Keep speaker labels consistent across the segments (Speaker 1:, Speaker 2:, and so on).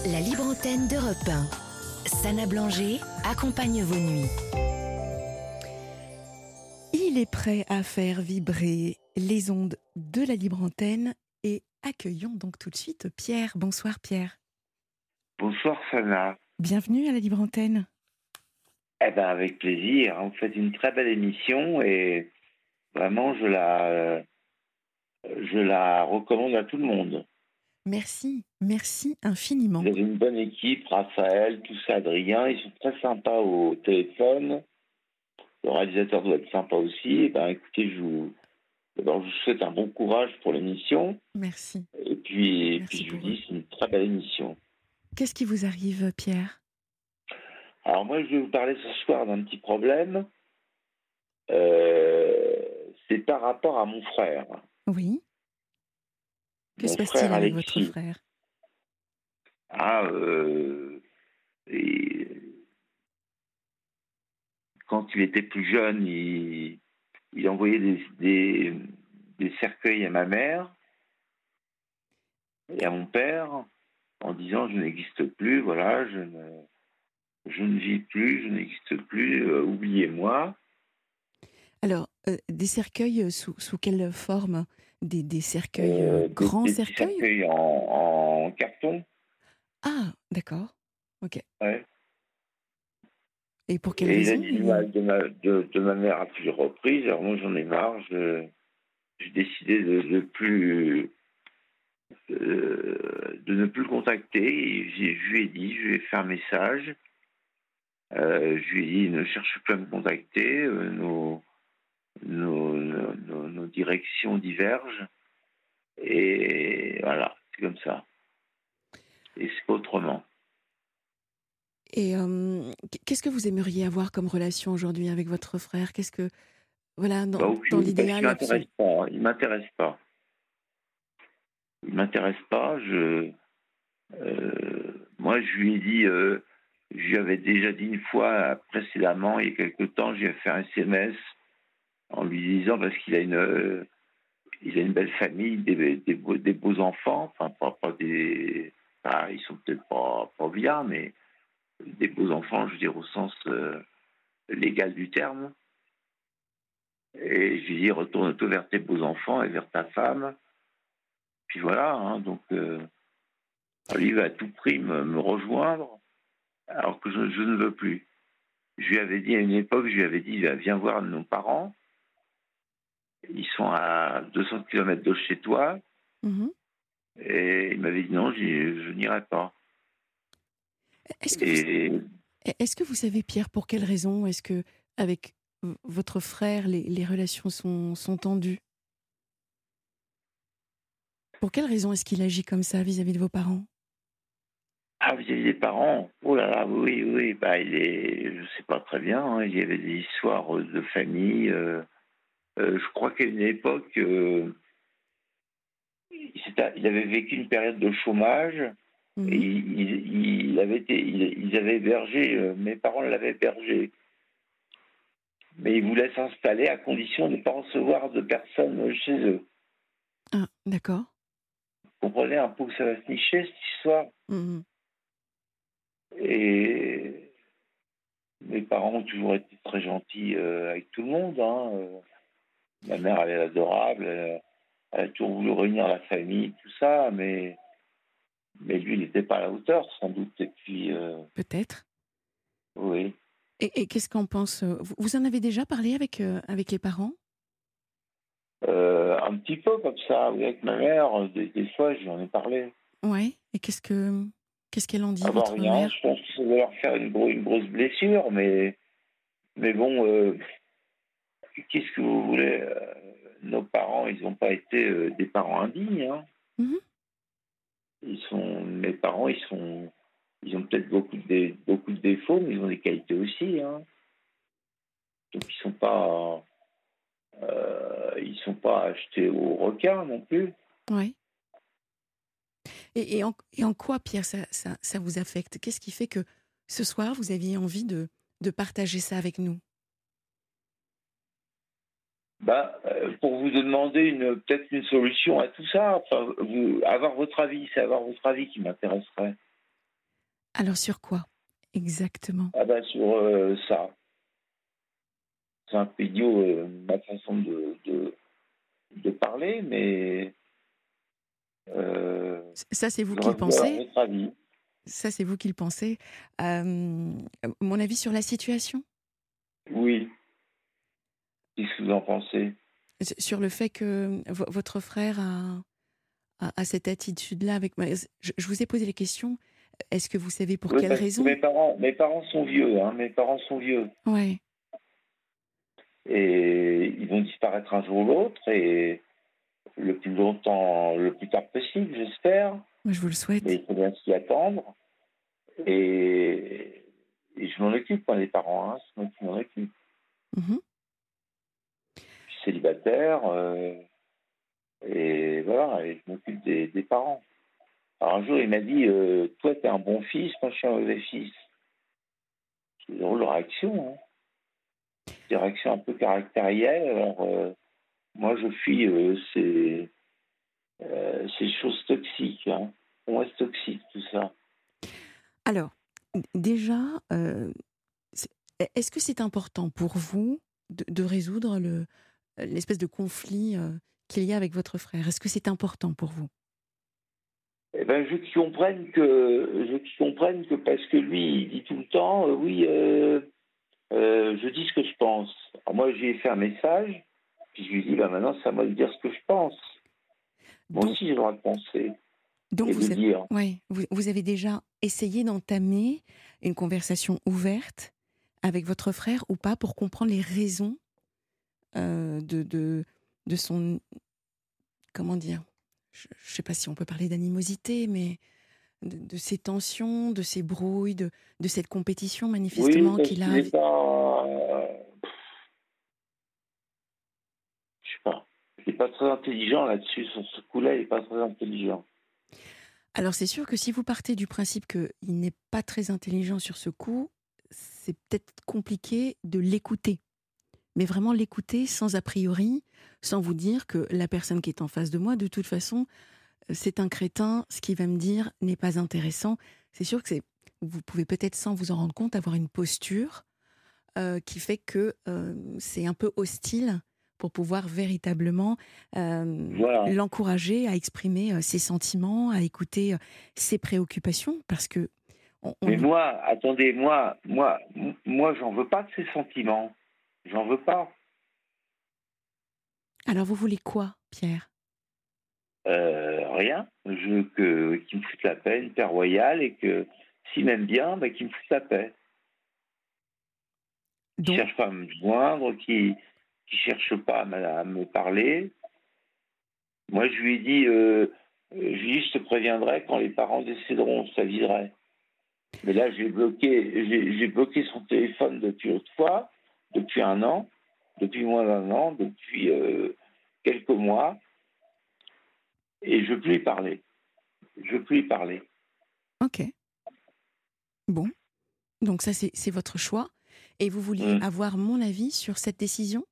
Speaker 1: La libre antenne d'Europe 1. Sana Blanger accompagne vos nuits.
Speaker 2: Il est prêt à faire vibrer les ondes de la libre antenne et accueillons donc tout de suite Pierre. Bonsoir Pierre.
Speaker 3: Bonsoir Sana.
Speaker 2: Bienvenue à la libre antenne.
Speaker 3: Eh ben avec plaisir. Vous faites une très belle émission et vraiment je la recommande à tout le monde.
Speaker 2: Merci infiniment.
Speaker 3: Vous avez une bonne équipe, Raphaël, tout ça, Adrien, ils sont très sympas au téléphone. Le réalisateur doit être sympa aussi. Eh ben écoutez, je vous souhaite un bon courage pour l'émission.
Speaker 2: Merci.
Speaker 3: Et puis
Speaker 2: Merci
Speaker 3: je vous
Speaker 2: pour eux.
Speaker 3: dis, c'est une très belle émission.
Speaker 2: Qu'est-ce qui vous arrive Pierre ?
Speaker 3: Alors moi, je vais vous parler ce soir d'un petit problème. C'est par rapport à mon frère.
Speaker 2: Oui. Que se
Speaker 3: Mon
Speaker 2: passe-t-il
Speaker 3: frère
Speaker 2: avec
Speaker 3: Alexis.
Speaker 2: votre frère ?
Speaker 3: Et quand il était plus jeune, il envoyait des cercueils à ma mère et à mon père en disant je n'existe plus, voilà, je ne vis plus, je n'existe plus, oubliez-moi.
Speaker 2: Alors, des cercueils sous quelle forme ? Des cercueils grands
Speaker 3: Des petits
Speaker 2: cercueils ?
Speaker 3: cercueils en carton.
Speaker 2: Ah, d'accord. Ok.
Speaker 3: Ouais.
Speaker 2: Et pour quelle
Speaker 3: Et il a
Speaker 2: raison
Speaker 3: dit du mal de ma mère à plusieurs reprises. Alors moi j'en ai marre. J'ai décidé de ne plus le contacter. Et je lui ai dit, je lui ai fait un message. Je lui ai dit ne cherche plus à me contacter. Nos directions divergent. Et voilà, c'est comme ça. Et c'est pas autrement.
Speaker 2: Et qu'est-ce que vous aimeriez avoir comme relation aujourd'hui avec votre frère ? Qu'est-ce que, voilà, dans
Speaker 3: Aucune,
Speaker 2: l'idéal
Speaker 3: parce qu'il
Speaker 2: absolu.
Speaker 3: m'intéresse pas. Il m'intéresse pas. Il m'intéresse pas. Moi, je lui ai dit, je lui avais déjà dit une fois précédemment, il y a quelque temps, j'ai fait un SMS en lui disant, parce qu'il a il a une belle famille, des beaux enfants, enfin, pas des. Enfin, ils sont peut-être pas bien, mais des beaux enfants, je veux dire, au sens légal du terme. Et je lui ai dit, retourne-toi vers tes beaux enfants et vers ta femme. Puis voilà, hein, donc, lui, il va à tout prix me rejoindre, alors que je ne veux plus. Je lui avais dit à une époque, je lui avais dit, viens voir nos parents. Ils sont à 200 km de chez toi.
Speaker 2: Mhm.
Speaker 3: Et il m'avait dit non, je n'irai pas.
Speaker 2: Est-ce que
Speaker 3: Et
Speaker 2: est-ce que vous savez, Pierre, pour quelle raison est-ce que, avec votre frère, les relations sont tendues ? Pour quelle raison est-ce qu'il agit comme ça vis-à-vis de vos parents ?
Speaker 3: vis-à-vis des parents, oh là là, oui, bah je sais pas très bien. Hein, il y avait des histoires de famille. Je crois qu'à une époque, il avait vécu une période de chômage. Et
Speaker 2: Mhm.
Speaker 3: ils avaient hébergé, mes parents l'avaient hébergé. Mais ils voulaient s'installer à condition de ne pas recevoir de personnes chez eux.
Speaker 2: Ah, d'accord.
Speaker 3: Vous comprenez un peu où ça va se nicher, cette histoire.
Speaker 2: Mhm.
Speaker 3: Et mes parents ont toujours été très gentils avec tout le monde. Hein. Ma mère, elle est adorable. Elle a toujours voulu réunir la famille, tout ça. Mais lui, il n'était pas à la hauteur, sans doute. Et puis,
Speaker 2: Peut-être.
Speaker 3: oui.
Speaker 2: Et qu'est-ce qu'en pense vous en avez déjà parlé avec les parents ?
Speaker 3: Un petit peu comme ça, oui, avec ma mère. Des fois, j'en ai parlé.
Speaker 2: Ouais. Et qu'est-ce qu'elle en dit,
Speaker 3: Avoir
Speaker 2: votre
Speaker 3: rien,
Speaker 2: mère ?
Speaker 3: je pense que ça doit leur faire une grosse blessure, mais bon, qu'est-ce que vous voulez nos parents, ils n'ont pas été des parents indignes. Hein.
Speaker 2: Mhm.
Speaker 3: Mes parents, ils ont peut-être beaucoup de défauts, mais ils ont des qualités aussi. Hein. Donc ils sont pas achetés au requin non plus.
Speaker 2: Ouais. Et en quoi, Pierre, ça vous affecte ? Qu'est-ce qui fait que ce soir, vous aviez envie de partager ça avec nous ?
Speaker 3: Pour vous demander peut-être une solution à tout ça, enfin, avoir votre avis, c'est avoir votre avis qui m'intéresserait.
Speaker 2: Alors sur quoi exactement?
Speaker 3: Ah ben sur ça. C'est un peu idiot, ma façon de parler, mais
Speaker 2: Ça, c'est vous qui
Speaker 3: j'aurais
Speaker 2: le
Speaker 3: voulu avoir
Speaker 2: pensez?
Speaker 3: votre avis.
Speaker 2: Ça, c'est vous qui le pensez. Mon avis sur la situation?
Speaker 3: Oui, qu'est-ce que vous en pensez?
Speaker 2: Sur le fait que votre frère a cette attitude-là avec moi? Je vous ai posé la question, est-ce que vous savez pour
Speaker 3: Oui,
Speaker 2: quelle
Speaker 3: parce que
Speaker 2: raison?
Speaker 3: mes parents sont vieux, hein, mes parents sont vieux.
Speaker 2: Ouais,
Speaker 3: Et ils vont disparaître un jour ou l'autre, et le plus tard possible, j'espère.
Speaker 2: moi je vous le
Speaker 3: Mais
Speaker 2: souhaite.
Speaker 3: il faut bien s'y attendre. Et, et je m'en occupe, moi, les parents, hein, c'est moi qui m'en occupe.
Speaker 2: Mmh.
Speaker 3: Je suis célibataire, et voilà, et je m'occupe des parents. Alors un jour, il m'a dit, toi, t'es un bon fils, moi, je suis un mauvais fils. C'est une drôle de réaction, hein. Des réactions un peu caractérielles. Alors, moi, je fuis ces choses toxiques, hein. Pour moi, c'est toxique, tout ça.
Speaker 2: Alors, déjà, c'est est-ce que c'est important pour vous de résoudre l'espèce de conflit, qu'il y a avec votre frère? Est-ce que c'est important pour vous?
Speaker 3: Eh ben, je veux qu'ils comprennent que parce que lui, il dit tout le temps, oui, je dis ce que je pense. Alors moi, j'ai fait un message, puis je lui dis, bah maintenant, c'est à moi de dire ce que je pense. Moi
Speaker 2: Donc
Speaker 3: aussi, j'ai le droit de penser
Speaker 2: donc
Speaker 3: et de
Speaker 2: vous avez
Speaker 3: dire.
Speaker 2: ouais, vous avez déjà essayé d'entamer une conversation ouverte avec votre frère ou pas pour comprendre les raisons, de son comment dire? Je sais pas si on peut parler d'animosité, mais de ces tensions, de ces brouilles, de cette compétition
Speaker 3: Oui,
Speaker 2: manifestement
Speaker 3: parce
Speaker 2: qu'il
Speaker 3: qu'il
Speaker 2: a
Speaker 3: n'est pas, je sais pas, il n'est pas très intelligent là-dessus, sur ce coup-là, il n'est pas très intelligent.
Speaker 2: alors c'est sûr que si vous partez du principe qu'il n'est pas très intelligent sur ce coup, c'est peut-être compliqué de l'écouter. Mais vraiment l'écouter sans a priori, sans vous dire que la personne qui est en face de moi, de toute façon, c'est un crétin, ce qu'il va me dire n'est pas intéressant. C'est sûr que vous pouvez peut-être sans vous en rendre compte avoir une posture qui fait que c'est un peu hostile pour pouvoir véritablement
Speaker 3: Voilà.
Speaker 2: l'encourager à exprimer ses sentiments, à écouter ses préoccupations, parce que
Speaker 3: Mais moi, attendez, moi, j'en veux pas de ces sentiments. J'en veux pas.
Speaker 2: Alors vous voulez quoi, Pierre?
Speaker 3: Rien. Je veux qu'il me foute la paix, une paix royale, et que s'il m'aime bien, bah, qu'il me foute la paix. Qu'il
Speaker 2: Donc,
Speaker 3: cherche pas à me joindre, qu'il cherche pas à me parler. Moi, je lui ai dit, je te préviendrai quand les parents décéderont, ça viserait. Mais là, j'ai bloqué son téléphone depuis l'autre fois, depuis un an, depuis moins d'un an, depuis quelques mois, et je veux plus lui parler. Je veux plus lui parler.
Speaker 2: ok, bon, donc ça c'est votre choix. Et vous vouliez
Speaker 3: Hmm.
Speaker 2: avoir mon avis sur cette décision?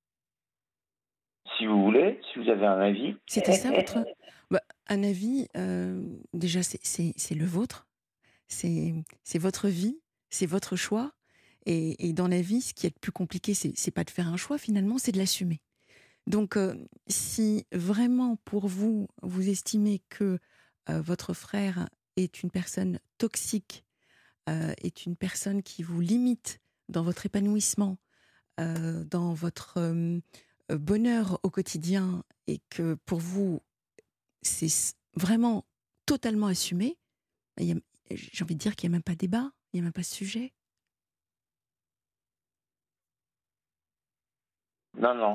Speaker 3: Si vous voulez, si vous avez un avis.
Speaker 2: C'était ça votre... Bah, un avis, déjà c'est le vôtre, c'est votre vie, c'est votre choix. Et dans la vie, ce qui est le plus compliqué, c'est pas de faire un choix finalement, c'est de l'assumer. Donc, si vraiment pour vous, vous estimez que votre frère est une personne toxique, est une personne qui vous limite dans votre épanouissement, dans votre bonheur au quotidien, et que pour vous, c'est vraiment totalement assumé, il y a- j'ai envie de dire qu'il n'y a même pas débat, il n'y a même pas sujet.
Speaker 3: Non, non.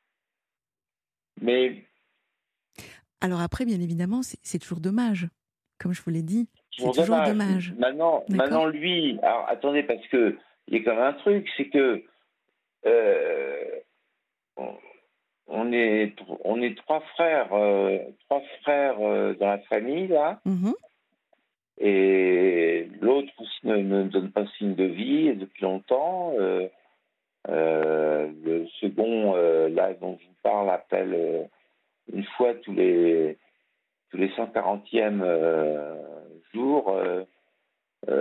Speaker 3: Mais
Speaker 2: Alors après, bien évidemment, c'est toujours dommage. Comme je vous l'ai dit,
Speaker 3: c'est
Speaker 2: c'est
Speaker 3: toujours
Speaker 2: toujours
Speaker 3: dommage.
Speaker 2: dommage.
Speaker 3: Maintenant,
Speaker 2: D'accord?
Speaker 3: lui, alors attendez, parce que il y a quand même un truc, c'est que euh, on on est trois frères dans la famille là.
Speaker 2: Mhm.
Speaker 3: Et l'autre ne donne pas signe de vie depuis longtemps. Le second, là, dont je vous parle, appelle une fois tous les 140e jours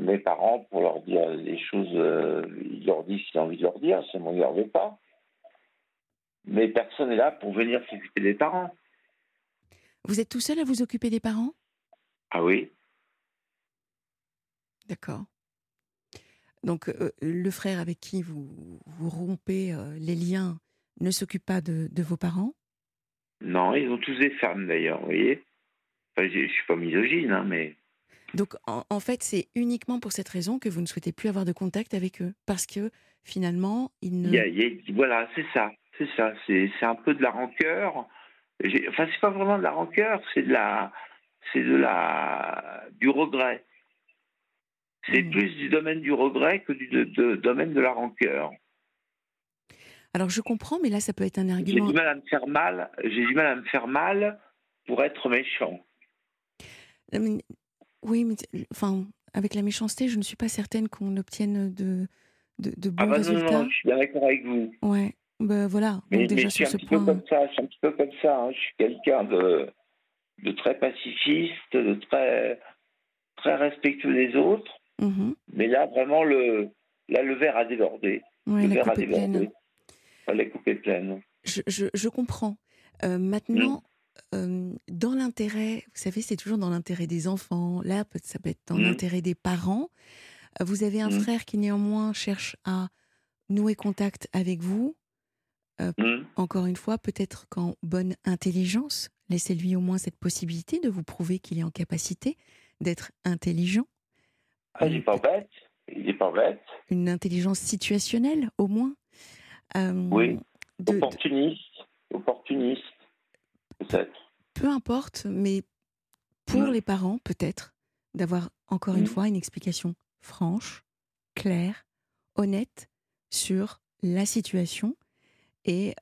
Speaker 3: mes parents pour leur dire des choses. Ils leur disent ce qu'ils ont envie de leur dire, seulement ils ne leur veulent pas. Mais personne n'est là pour venir s'occuper des parents.
Speaker 2: Vous êtes tout seul à vous occuper des parents?
Speaker 3: Ah oui?
Speaker 2: D'accord. Donc, le frère avec qui vous rompez les liens ne s'occupe pas de vos parents?
Speaker 3: Non, ils ont tous des femmes d'ailleurs, vous voyez. Enfin, je ne suis pas misogyne, hein, mais
Speaker 2: Donc, en fait, c'est uniquement pour cette raison que vous ne souhaitez plus avoir de contact avec eux. Parce que, finalement, ils ne...
Speaker 3: voilà, c'est ça. C'est ça. C'est un peu de la rancœur. Enfin, c'est pas vraiment de la rancœur, du regret. C'est
Speaker 2: Hmm.
Speaker 3: plus du domaine du regret que du domaine de la rancœur.
Speaker 2: Alors, je comprends, mais là, ça peut être un
Speaker 3: J'ai
Speaker 2: argument...
Speaker 3: du mal à me faire mal. J'ai du mal à me faire mal pour être méchant.
Speaker 2: Mais- Oui, mais enfin, avec la méchanceté, je ne suis pas certaine qu'on obtienne de
Speaker 3: Ah
Speaker 2: bons
Speaker 3: bah non,
Speaker 2: résultats.
Speaker 3: je suis bien d'accord avec vous.
Speaker 2: Ouais, ben voilà. Donc
Speaker 3: Mais
Speaker 2: déjà
Speaker 3: je suis
Speaker 2: sur
Speaker 3: un
Speaker 2: ce
Speaker 3: petit peu
Speaker 2: point,
Speaker 3: comme ça. Je suis un petit peu comme ça. Hein. Je suis quelqu'un de très pacifiste, de très, très respectueux des autres.
Speaker 2: mhm,
Speaker 3: Mais là, vraiment, le verre a débordé.
Speaker 2: ouais,
Speaker 3: Le
Speaker 2: la
Speaker 3: verre a
Speaker 2: coupe est pleine.
Speaker 3: débordé. Enfin, la coupe est pleine.
Speaker 2: Je comprends.
Speaker 3: Mm,
Speaker 2: Maintenant, dans l'intérêt, vous savez, c'est toujours dans l'intérêt des enfants. Là, ça peut être dans
Speaker 3: mm,
Speaker 2: l'intérêt des parents. Vous avez un
Speaker 3: mm,
Speaker 2: frère qui néanmoins cherche à nouer contact avec vous. Euh,
Speaker 3: mm.
Speaker 2: Encore une fois, peut-être qu'en bonne intelligence, laissez-lui au moins cette possibilité de vous prouver qu'il est en capacité d'être intelligent.
Speaker 3: Ah, il n'est pas bête. Il n'est pas bête.
Speaker 2: Une intelligence situationnelle, au moins. Euh,
Speaker 3: Oui.
Speaker 2: de, de-
Speaker 3: Opportuniste. Opportuniste, peut-être.
Speaker 2: Peu importe, mais pour
Speaker 3: Mm,
Speaker 2: les parents, peut-être, d'avoir encore une
Speaker 3: mm.
Speaker 2: fois une explication franche, claire, honnête sur la situation et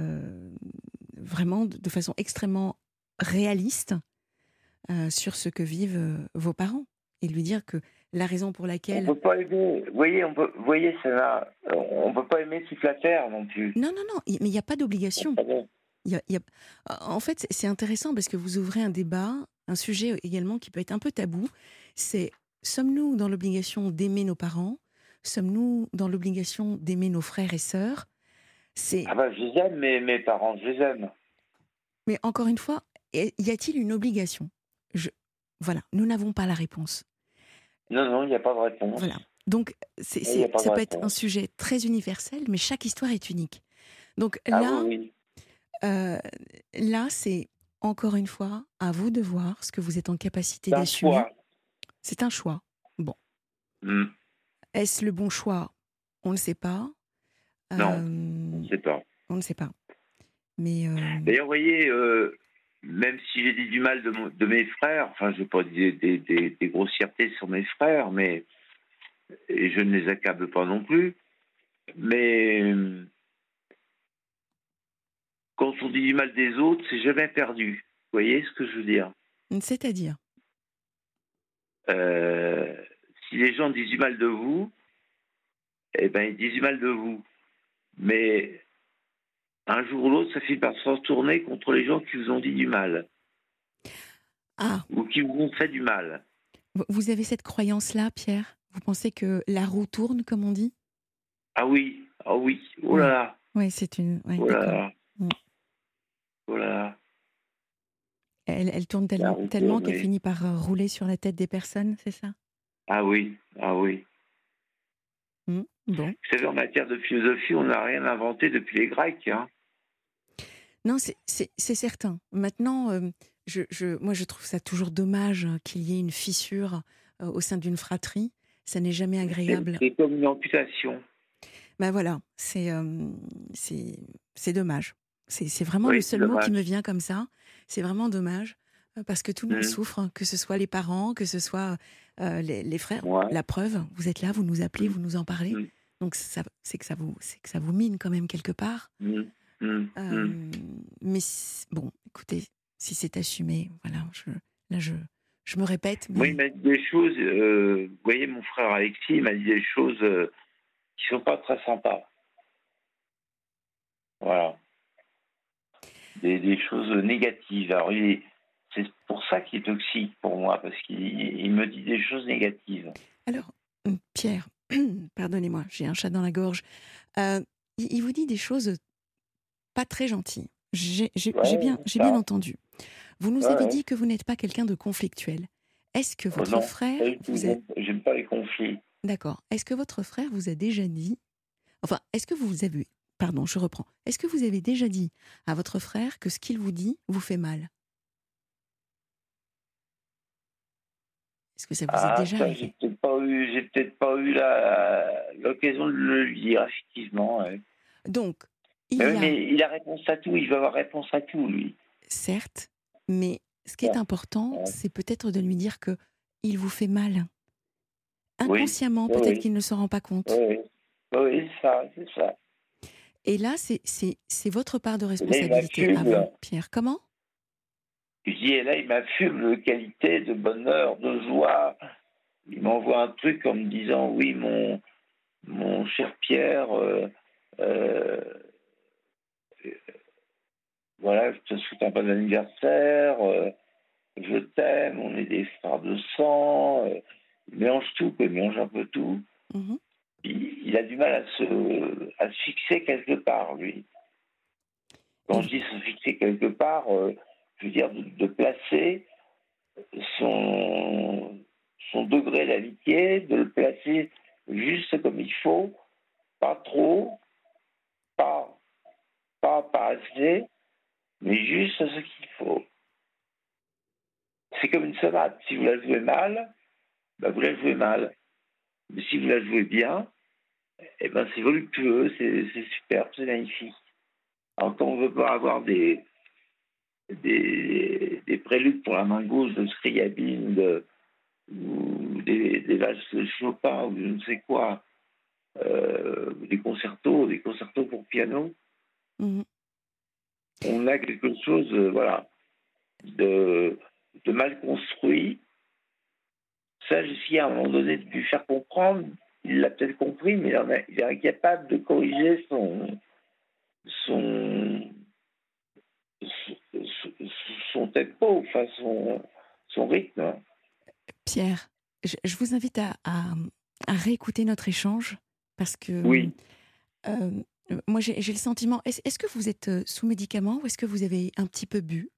Speaker 2: vraiment de façon extrêmement réaliste sur ce que vivent vos parents et lui dire que la raison pour
Speaker 3: On
Speaker 2: laquelle...
Speaker 3: peut pas aimer. Vous voyez, on peut pas aimer toute la terre non plus.
Speaker 2: Non, non, non, mais il n'y a pas d'obligation.
Speaker 3: Ah bon.
Speaker 2: Il y a- En fait, c'est intéressant parce que vous ouvrez un débat, un sujet également qui peut être un peu tabou. C'est, sommes-nous dans l'obligation d'aimer nos parents? Sommes-nous dans l'obligation d'aimer nos frères et sœurs? C'est,
Speaker 3: Ah bah, je les aime, mes parents, je les aime.
Speaker 2: mais encore une fois, y a-t-il une obligation? Je, voilà, nous n'avons pas la réponse.
Speaker 3: Non, non, il n'y a pas de réponse.
Speaker 2: Voilà. Donc,
Speaker 3: Il n'y a pas de
Speaker 2: ça peut être un
Speaker 3: réponse.
Speaker 2: sujet très universel, mais chaque histoire est unique. Donc
Speaker 3: Ah
Speaker 2: là,
Speaker 3: oui,
Speaker 2: euh, là, c'est encore une fois à vous de voir ce que vous êtes en capacité
Speaker 3: c'est un
Speaker 2: d'assumer.
Speaker 3: choix.
Speaker 2: C'est un choix. Bon,
Speaker 3: Mm.
Speaker 2: est-ce le bon choix? On ne sait pas.
Speaker 3: Non, on
Speaker 2: Euh,
Speaker 3: ne sait pas.
Speaker 2: on ne sait pas. Mais
Speaker 3: D'ailleurs, vous voyez, même si j'ai dit du mal de mes frères, enfin, je ne veux pas dire des grossièretés sur mes frères, mais et je ne les accable pas non plus. Mais quand on dit du mal des autres, c'est jamais perdu. Vous voyez ce que je veux dire?
Speaker 2: c'est-à-dire,
Speaker 3: Euh, Si les gens disent du mal de vous, eh ben, ils disent du mal de vous. Mais un jour ou l'autre, ça finit par se retourner contre les gens qui vous ont dit du mal
Speaker 2: ah,
Speaker 3: ou qui vous ont fait du mal.
Speaker 2: vous avez cette croyance-là, Pierre? Vous pensez que la roue tourne, comme on dit?
Speaker 3: Ah oui, oh là
Speaker 2: Oui,
Speaker 3: là,
Speaker 2: oui, c'est une. Ouais,
Speaker 3: oh là
Speaker 2: d'accord.
Speaker 3: là,
Speaker 2: Mm.
Speaker 3: oh là là.
Speaker 2: Elle tourne
Speaker 3: La
Speaker 2: tellement
Speaker 3: retourne,
Speaker 2: qu'elle
Speaker 3: oui.
Speaker 2: finit par rouler sur la tête des personnes, c'est ça?
Speaker 3: Ah oui, ah oui.
Speaker 2: Bon.
Speaker 3: Vous savez, en matière de philosophie, on n'a rien inventé depuis les Grecs. Hein.
Speaker 2: Non, c'est certain. Maintenant, moi, je trouve ça toujours dommage qu'il y ait une fissure au sein d'une fratrie. Ça n'est jamais agréable.
Speaker 3: C'est comme une amputation.
Speaker 2: Ben voilà, c'est c'est dommage. C'est vraiment le
Speaker 3: Oui, c'est
Speaker 2: seul mot qui me
Speaker 3: dommage.
Speaker 2: vient comme ça. C'est vraiment dommage parce que tout le monde
Speaker 3: Hum,
Speaker 2: souffre, que ce soit les parents, que ce soit les frères.
Speaker 3: ouais.
Speaker 2: La preuve, vous êtes là, vous nous appelez,
Speaker 3: Hum,
Speaker 2: vous nous en parlez.
Speaker 3: hum,
Speaker 2: Donc c'est que ça vous mine quand même quelque part.
Speaker 3: hum, hum, hum.
Speaker 2: Mais bon, écoutez, si c'est assumé, voilà, là je me répète,
Speaker 3: Moi, il
Speaker 2: mais
Speaker 3: m'a dit des choses. Vous voyez, mon frère Alexis, il m'a dit des choses qui sont pas très sympas. Voilà. Des choses négatives. Alors, c'est pour ça qu'il est toxique pour moi, parce qu'il me dit des choses négatives.
Speaker 2: alors Pierre, pardonnez-moi, j'ai un chat dans la gorge. Il vous dit des choses pas très gentilles.
Speaker 3: Ouais,
Speaker 2: J'ai bien
Speaker 3: ça.
Speaker 2: entendu. Vous nous
Speaker 3: Ouais,
Speaker 2: avez
Speaker 3: ouais.
Speaker 2: dit que vous n'êtes pas quelqu'un de conflictuel. Est-ce que
Speaker 3: Oh
Speaker 2: votre
Speaker 3: non,
Speaker 2: frère
Speaker 3: pas du tout.
Speaker 2: vous a...
Speaker 3: J'aime pas les conflits.
Speaker 2: D'accord. Est-ce que votre frère vous a déjà dit... Enfin, est-ce que vous avez... Pardon, je reprends. Est-ce que vous avez déjà dit à votre frère que ce qu'il vous dit vous fait mal? Est-ce que ça vous est
Speaker 3: Ah,
Speaker 2: déjà
Speaker 3: ça,
Speaker 2: arrivé?
Speaker 3: j'ai peut-être pas eu l'occasion de le lui dire, effectivement. Ouais.
Speaker 2: Donc, il y a,
Speaker 3: Mais il a réponse à tout, il va avoir réponse à tout, lui.
Speaker 2: certes, mais ce qui est
Speaker 3: Ouais.
Speaker 2: important,
Speaker 3: Ouais.
Speaker 2: c'est peut-être de lui dire que il vous fait mal.
Speaker 3: Oui,
Speaker 2: Inconsciemment,
Speaker 3: oui,
Speaker 2: peut-être
Speaker 3: oui,
Speaker 2: qu'il ne s'en rend pas
Speaker 3: oui,
Speaker 2: compte.
Speaker 3: oui, oui, oui, c'est ça.
Speaker 2: Et là, c'est votre part de
Speaker 3: Et là, il
Speaker 2: responsabilité à vous,
Speaker 3: m'affuble.
Speaker 2: Pierre. Comment?
Speaker 3: Je dis, et là, il m'affuble de qualité, de bonheur, de joie. Il m'envoie un truc en me disant, oui, mon cher Pierre, euh, voilà, je te souhaite un bon anniversaire, je t'aime, on est des frères de sang. Il mélange tout, quoi, il mélange un peu tout.
Speaker 2: Mhm.
Speaker 3: Il a du mal à se fixer quelque part, lui.
Speaker 2: Et
Speaker 3: Quand je dis se fixer quelque part, je veux dire de placer son, son degré d'amitié, de le placer juste comme il faut, pas trop, pas, pas assez, mais juste ce qu'il faut. C'est comme une sonate. Si vous la jouez mal, ben vous la jouez mal. Mais si vous la jouez bien, eh ben c'est voluptueux, c'est superbe, c'est magnifique. Alors quand on veut pas avoir des préludes pour la main gauche de Scriabine ou des valses de Chopin ou je ne sais quoi, des concertos pour piano,
Speaker 2: mhm.
Speaker 3: on a quelque chose, voilà, de, de mal construit. Ça, j'essaie à un moment donné de lui faire comprendre. Il l'a peut-être compris, mais il est incapable de corriger son, son tempo, enfin son rythme.
Speaker 2: Pierre, je vous invite à réécouter notre échange parce que
Speaker 3: Oui.
Speaker 2: euh, moi, j'ai le sentiment. Est-ce que vous êtes sous médicament ou est-ce que vous avez un petit peu bu?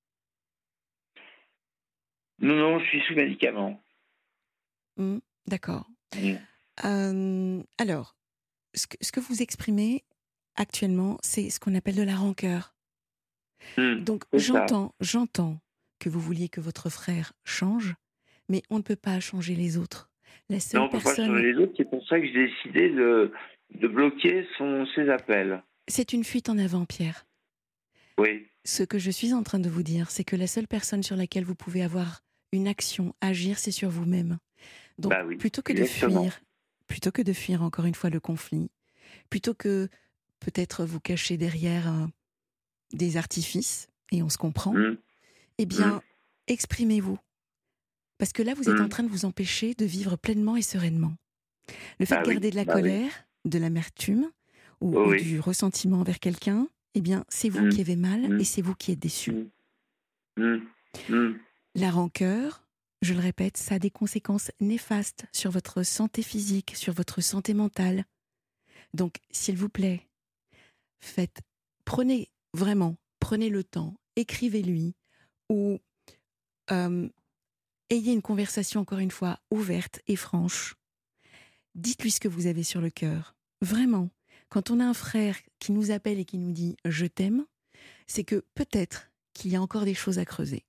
Speaker 3: Non, non, je suis sous médicament.
Speaker 2: D'accord.
Speaker 3: Mm.
Speaker 2: Alors, ce que vous exprimez actuellement, c'est ce qu'on appelle de la rancœur.
Speaker 3: Mm.
Speaker 2: Donc,
Speaker 3: C'est ça.
Speaker 2: j'entends que vous vouliez que votre frère change, mais on ne peut pas changer les autres. La
Speaker 3: Non,
Speaker 2: seule
Speaker 3: on ne peut pas
Speaker 2: personne,
Speaker 3: changer les autres. C'est pour ça que j'ai décidé de bloquer ses appels.
Speaker 2: c'est une fuite en avant, Pierre.
Speaker 3: Oui.
Speaker 2: Ce que je suis en train de vous dire, c'est que la seule personne sur laquelle vous pouvez avoir une action, agir, c'est sur vous-même. Donc,
Speaker 3: Bah oui, exactement.
Speaker 2: plutôt que de fuir encore une fois le conflit, plutôt que peut-être vous cacher derrière des artifices, et on se comprend,
Speaker 3: Mm.
Speaker 2: eh
Speaker 3: Mm.
Speaker 2: bien, exprimez-vous. Parce que là, vous êtes en
Speaker 3: Mm.
Speaker 2: train de vous empêcher de vivre pleinement et sereinement. Le fait de
Speaker 3: Bah oui,
Speaker 2: garder de la
Speaker 3: bah oui.
Speaker 2: colère, de l'amertume
Speaker 3: Oh
Speaker 2: ou
Speaker 3: oui.
Speaker 2: du ressentiment envers quelqu'un, eh bien, c'est vous
Speaker 3: Mm.
Speaker 2: qui avez mal et
Speaker 3: Mm.
Speaker 2: c'est vous qui êtes déçu.
Speaker 3: Mm. Mm. Mm.
Speaker 2: La rancœur, je le répète, ça a des conséquences néfastes sur votre santé physique, sur votre santé mentale. Donc, s'il vous plaît, faites, prenez le temps, écrivez-lui ou euh, ayez une conversation encore une fois ouverte et franche. Dites-lui ce que vous avez sur le cœur. Vraiment, quand on a un frère qui nous appelle et qui nous dit « je t'aime », c'est que peut-être qu'il y a encore des choses à creuser.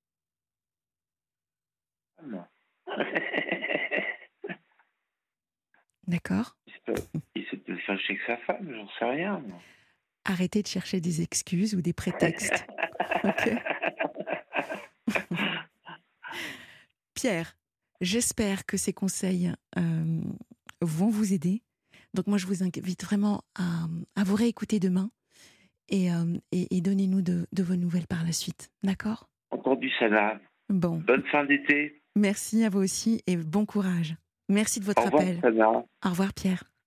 Speaker 3: Ah non.
Speaker 2: D'accord ?
Speaker 3: Il s'est peut-être fâché avec sa femme, j'en sais rien. Moi.
Speaker 2: Arrêtez de chercher des excuses ou des prétextes. Ok ? Pierre, j'espère que ces conseils vont vous aider. Donc moi, je vous invite vraiment à vous réécouter demain et donnez-nous de vos nouvelles par la suite. D'accord ?
Speaker 3: Entendu, Sana.
Speaker 2: Bon,
Speaker 3: Bonne fin d'été.
Speaker 2: merci à vous aussi et bon courage. Merci de
Speaker 3: Au
Speaker 2: votre
Speaker 3: revoir,
Speaker 2: appel.
Speaker 3: Sana.
Speaker 2: Au revoir Pierre.